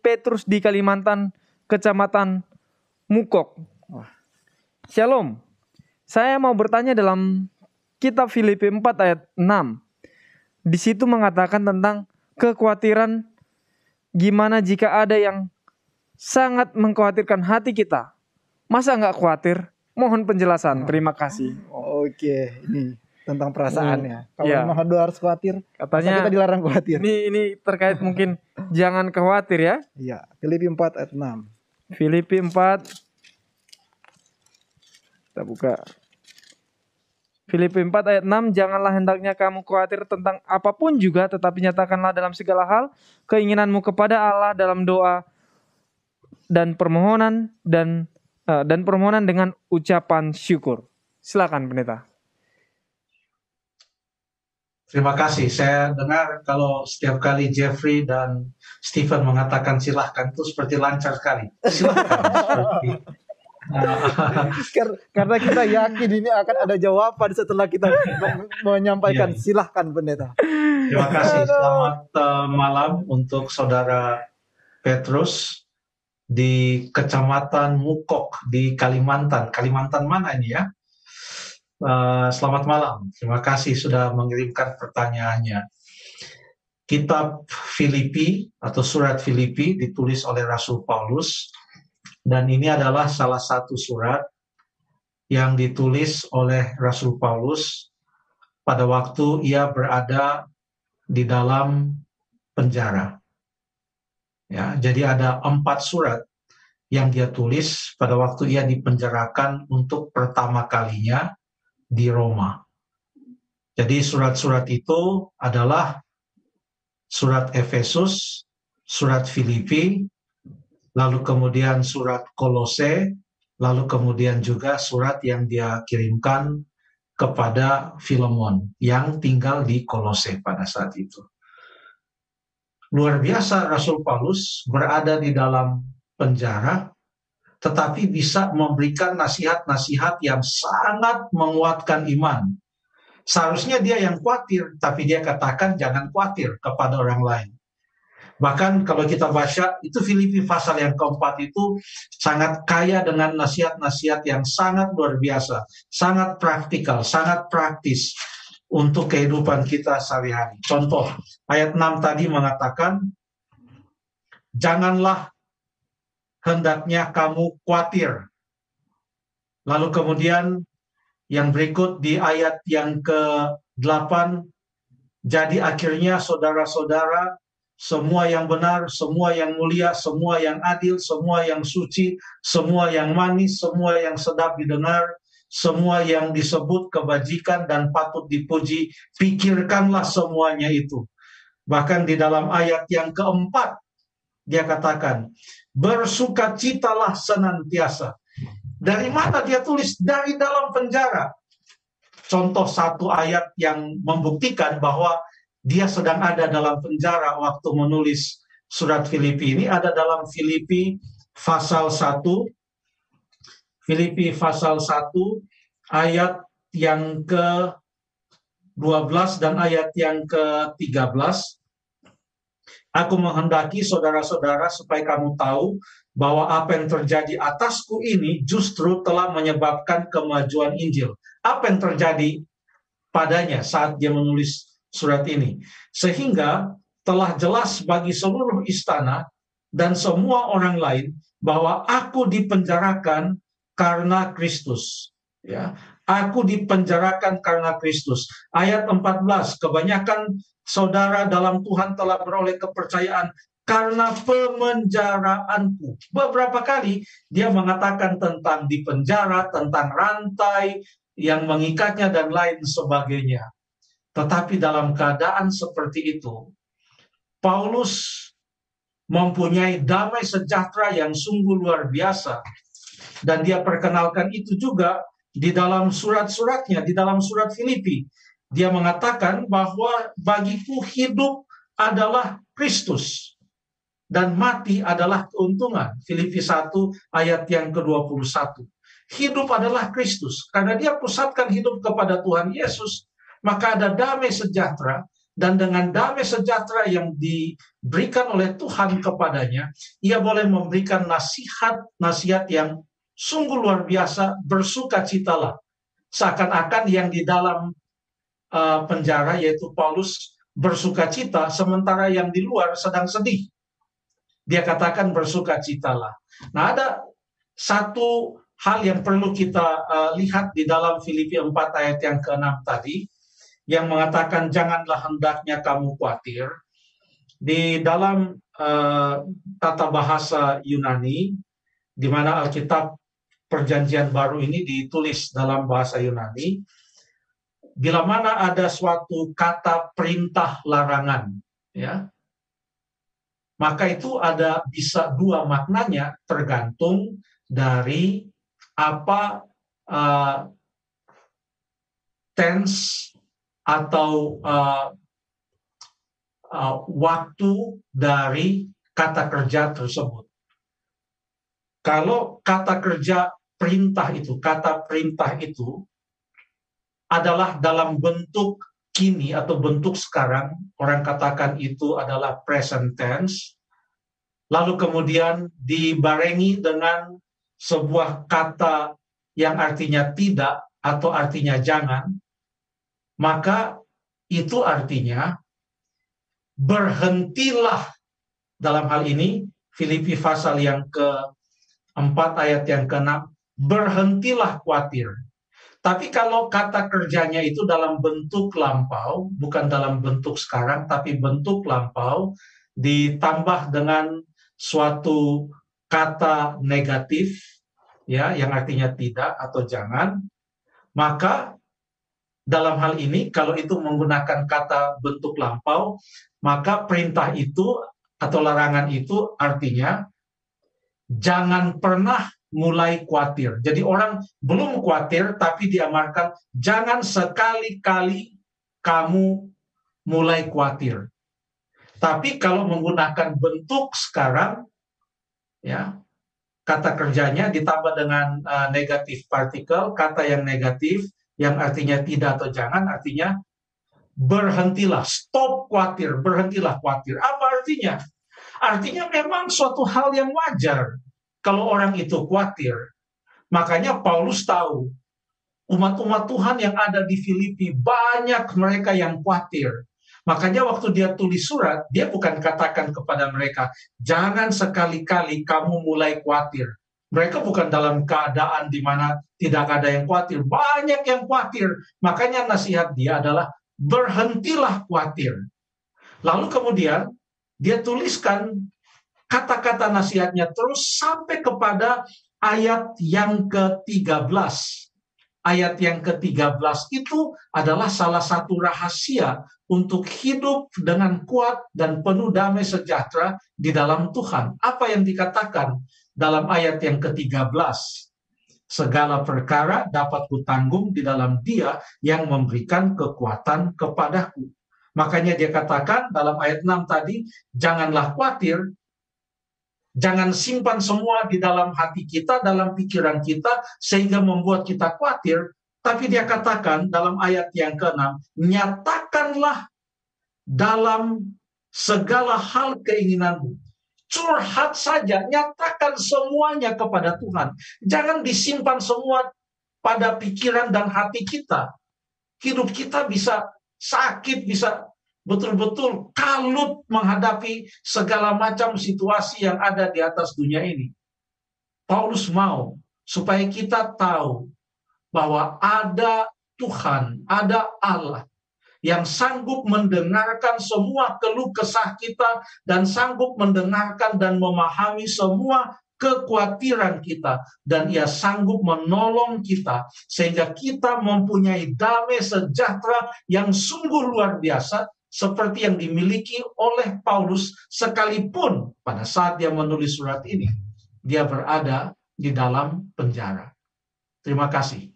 Petrus di Kalimantan, Kecamatan Mukok. Shalom. Saya mau bertanya dalam kitab Filipi 4 ayat 6. Di situ mengatakan tentang kekhawatiran, gimana jika ada yang sangat mengkhawatirkan hati kita. Masa nggak khawatir? Mohon penjelasan. Terima kasih. Oke, ini tentang perasaannya. Kalau ya. memang harus khawatir, Katanya kita dilarang khawatir. Ini terkait mungkin jangan khawatir ya. Iya, Filipi 4 ayat 6. Filipi 4. Kita buka. Filipi 4 ayat 6, janganlah hendaknya kamu khawatir tentang apapun juga, tetapi nyatakanlah dalam segala hal keinginanmu kepada Allah dalam doa dan permohonan dengan ucapan syukur. Silakan pendeta. Terima kasih. Saya dengar kalau setiap kali Jeffrey dan Stephen mengatakan silahkan itu seperti lancar sekali. Silahkan. Karena kita yakin ini akan ada jawaban setelah kita menyampaikan. Silahkan pendeta. Terima kasih. Selamat malam untuk saudara Petrus di Kecamatan Mukok di Kalimantan. Kalimantan mana ini ya? Selamat malam. Terima kasih sudah mengirimkan pertanyaannya. Kitab Filipi atau surat Filipi ditulis oleh Rasul Paulus, dan ini adalah salah satu surat yang ditulis oleh Rasul Paulus pada waktu ia berada di dalam penjara. Ya, jadi ada 4 surat yang dia tulis pada waktu ia dipenjarakan untuk pertama kalinya di Roma. Jadi surat-surat itu adalah surat Efesus, surat Filipi, lalu kemudian surat Kolose, lalu kemudian juga surat yang dia kirimkan kepada Filemon yang tinggal di Kolose pada saat itu. Luar biasa Rasul Paulus berada di dalam penjara, tetapi bisa memberikan nasihat-nasihat yang sangat menguatkan iman. Seharusnya dia yang khawatir, tapi dia katakan jangan khawatir kepada orang lain. Bahkan kalau kita baca, itu Filipi pasal yang keempat itu sangat kaya dengan nasihat-nasihat yang sangat luar biasa, sangat praktikal, sangat praktis untuk kehidupan kita sehari-hari. Contoh, ayat 6 tadi mengatakan, janganlah hendaknya kamu khawatir. Lalu kemudian yang berikut di ayat yang ke-8, jadi akhirnya saudara-saudara, semua yang benar, semua yang mulia, semua yang adil, semua yang suci, semua yang manis, semua yang sedap didengar, semua yang disebut kebajikan dan patut dipuji, pikirkanlah semuanya itu. Bahkan di dalam ayat yang keempat, dia katakan, bersukacitalah senantiasa. Dari mana dia tulis? Dari dalam penjara. Contoh satu ayat yang membuktikan bahwa dia sedang ada dalam penjara waktu menulis surat Filipi ini ada dalam Filipi pasal 1. Filipi pasal 1 ayat yang ke-12 dan ayat yang ke-13. Aku menghendaki saudara-saudara supaya kamu tahu bahwa apa yang terjadi atasku ini justru telah menyebabkan kemajuan Injil. Apa yang terjadi padanya saat dia menulis surat ini? Sehingga telah jelas bagi seluruh istana dan semua orang lain bahwa aku dipenjarakan karena Kristus. Ya, aku dipenjarakan karena Kristus. Ayat 14, kebanyakan saudara dalam Tuhan telah beroleh kepercayaan karena pemenjaraanku. Beberapa kali dia mengatakan tentang dipenjara, tentang rantai yang mengikatnya dan lain sebagainya. Tetapi dalam keadaan seperti itu, Paulus mempunyai damai sejahtera yang sungguh luar biasa. Dan dia perkenalkan itu juga di dalam surat-suratnya, di dalam surat Filipi. Dia mengatakan bahwa bagiku hidup adalah Kristus dan mati adalah keuntungan. Filipi 1 ayat yang ke-21. Hidup adalah Kristus. Karena dia pusatkan hidup kepada Tuhan Yesus, maka ada damai sejahtera, dan dengan damai sejahtera yang diberikan oleh Tuhan kepadanya, ia boleh memberikan nasihat yang sungguh luar biasa, bersukacitalah. Seakan-akan yang di dalam penjara, yaitu Paulus, bersukacita, sementara yang di luar sedang sedih. Dia katakan bersukacitalah. Nah, ada satu hal yang perlu kita lihat di dalam Filipi 4 ayat yang ke-6 tadi, yang mengatakan janganlah hendaknya kamu khawatir. Di dalam tata bahasa Yunani, di mana Alkitab Perjanjian Baru ini ditulis dalam bahasa Yunani, bila mana ada suatu kata perintah larangan, ya, maka itu ada bisa dua maknanya, tergantung dari apa tense atau waktu dari kata kerja tersebut. Kalau kata kerja perintah itu, kata perintah itu adalah dalam bentuk kini atau bentuk sekarang, orang katakan itu adalah present tense, lalu kemudian dibarengi dengan sebuah kata yang artinya tidak atau artinya jangan, maka itu artinya berhentilah. Dalam hal ini Filipi pasal yang ke-4 ayat yang ke-6, berhentilah khawatir. Tapi kalau kata kerjanya itu dalam bentuk lampau, bukan dalam bentuk sekarang, tapi bentuk lampau, ditambah dengan suatu kata negatif, ya, yang artinya tidak atau jangan, maka dalam hal ini, kalau itu menggunakan kata bentuk lampau, maka perintah itu atau larangan itu artinya jangan pernah mulai khawatir. Jadi orang belum khawatir, tapi diamarkan jangan sekali-kali kamu mulai khawatir. Tapi kalau menggunakan bentuk sekarang, ya, kata kerjanya ditambah dengan negatif partikel, kata yang negatif, yang artinya tidak atau jangan, artinya berhentilah, stop khawatir, berhentilah khawatir. Apa artinya? Artinya memang suatu hal yang wajar kalau orang itu khawatir. Makanya Paulus tahu, umat-umat Tuhan yang ada di Filipi, banyak mereka yang khawatir. Makanya waktu dia tulis surat, dia bukan katakan kepada mereka, jangan sekali-kali kamu mulai khawatir. Mereka bukan dalam keadaan di mana tidak ada yang khawatir. Banyak yang khawatir. Makanya nasihat dia adalah berhentilah khawatir. Lalu kemudian dia tuliskan kata-kata nasihatnya terus sampai kepada ayat yang ke-13. Ayat yang ke-13 itu adalah salah satu rahasia untuk hidup dengan kuat dan penuh damai sejahtera di dalam Tuhan. Apa yang dikatakan dalam ayat yang ke-13? Segala perkara dapat kutanggung di dalam Dia yang memberikan kekuatan kepadaku. Makanya dia katakan dalam ayat 6 tadi, janganlah khawatir, jangan simpan semua di dalam hati kita, dalam pikiran kita, sehingga membuat kita khawatir. Tapi dia katakan dalam ayat yang ke-6, nyatakanlah dalam segala hal keinginanmu. Curhat saja, nyatakan semuanya kepada Tuhan. Jangan disimpan semua pada pikiran dan hati kita. Hidup kita bisa sakit, bisa betul-betul kalut menghadapi segala macam situasi yang ada di atas dunia ini. Paulus mau supaya kita tahu bahwa ada Tuhan, ada Allah yang sanggup mendengarkan semua keluh kesah kita dan sanggup mendengarkan dan memahami semua kekhawatiran kita, dan Ia sanggup menolong kita sehingga kita mempunyai damai sejahtera yang sungguh luar biasa seperti yang dimiliki oleh Paulus, sekalipun pada saat dia menulis surat ini dia berada di dalam penjara. Terima kasih.